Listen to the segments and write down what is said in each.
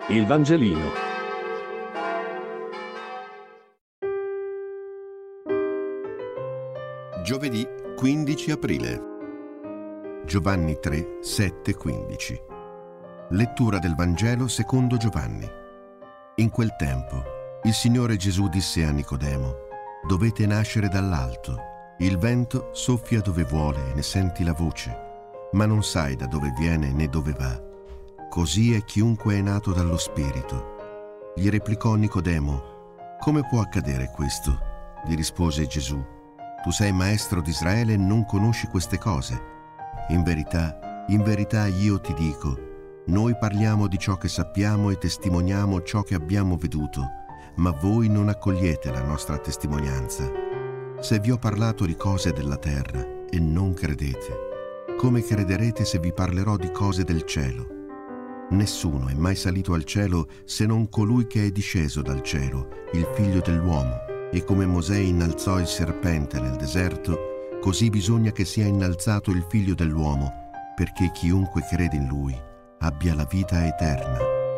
Il Vangelino. Giovedì 15 aprile. Giovanni 3, 7, 15. Lettura del Vangelo secondo Giovanni. In quel tempo il Signore Gesù disse a Nicodemo: dovete nascere dall'alto. Il vento soffia dove vuole e ne senti la voce, ma non sai da dove viene né dove va. Così è chiunque è nato dallo Spirito. Gli replicò Nicodemo: come può accadere questo? Gli rispose Gesù: tu sei maestro di Israele e non conosci queste cose? In verità io ti dico, noi parliamo di ciò che sappiamo e testimoniamo ciò che abbiamo veduto, ma voi non accogliete la nostra testimonianza. Se vi ho parlato di cose della terra e non credete, come crederete se vi parlerò di cose del cielo? Nessuno è mai salito al cielo se non colui che è disceso dal cielo, il Figlio dell'uomo. E come Mosè innalzò il serpente nel deserto, così bisogna che sia innalzato il Figlio dell'uomo, perché chiunque crede in Lui abbia la vita eterna.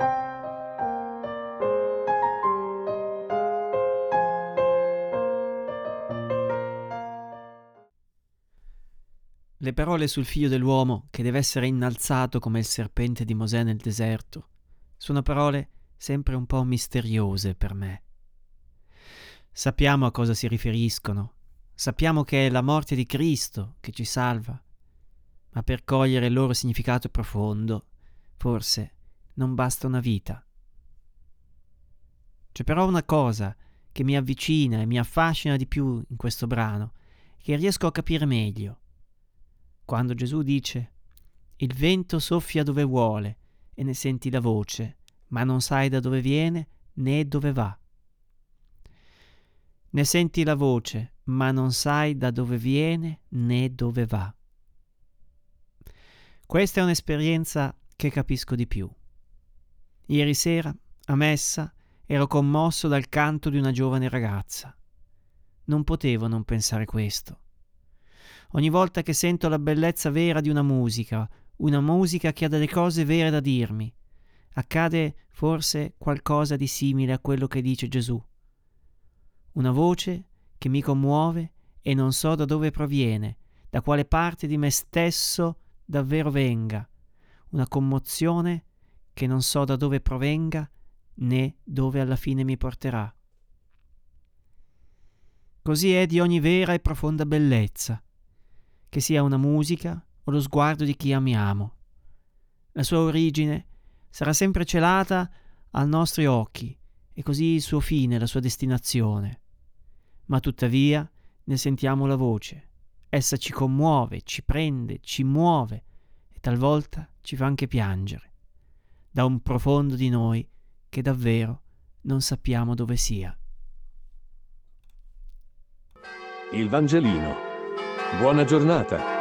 Le parole sul Figlio dell'uomo, che deve essere innalzato come il serpente di Mosè nel deserto, sono parole sempre un po' misteriose per me. Sappiamo a cosa si riferiscono, sappiamo che è la morte di Cristo che ci salva, ma per cogliere il loro significato profondo, forse non basta una vita. C'è però una cosa che mi avvicina e mi affascina di più in questo brano, che riesco a capire meglio. Quando Gesù dice: il vento soffia dove vuole e ne senti la voce, ma non sai da dove viene né dove va. Ne senti la voce, ma non sai da dove viene né dove va. Questa è un'esperienza che capisco di più. Ieri sera, a messa, ero commosso dal canto di una giovane ragazza. Non potevo non pensare questo. Ogni volta che sento la bellezza vera di una musica che ha delle cose vere da dirmi, accade forse qualcosa di simile a quello che dice Gesù. Una voce che mi commuove e non so da dove proviene, da quale parte di me stesso davvero venga. Una commozione che non so da dove provenga né dove alla fine mi porterà. Così è di ogni vera e profonda bellezza, che sia una musica o lo sguardo di chi amiamo. La sua origine sarà sempre celata ai nostri occhi e così il suo fine, la sua destinazione. Ma tuttavia ne sentiamo la voce. Essa ci commuove, ci prende, ci muove e talvolta ci fa anche piangere, da un profondo di noi che davvero non sappiamo dove sia. Il Vangelino. Buona giornata.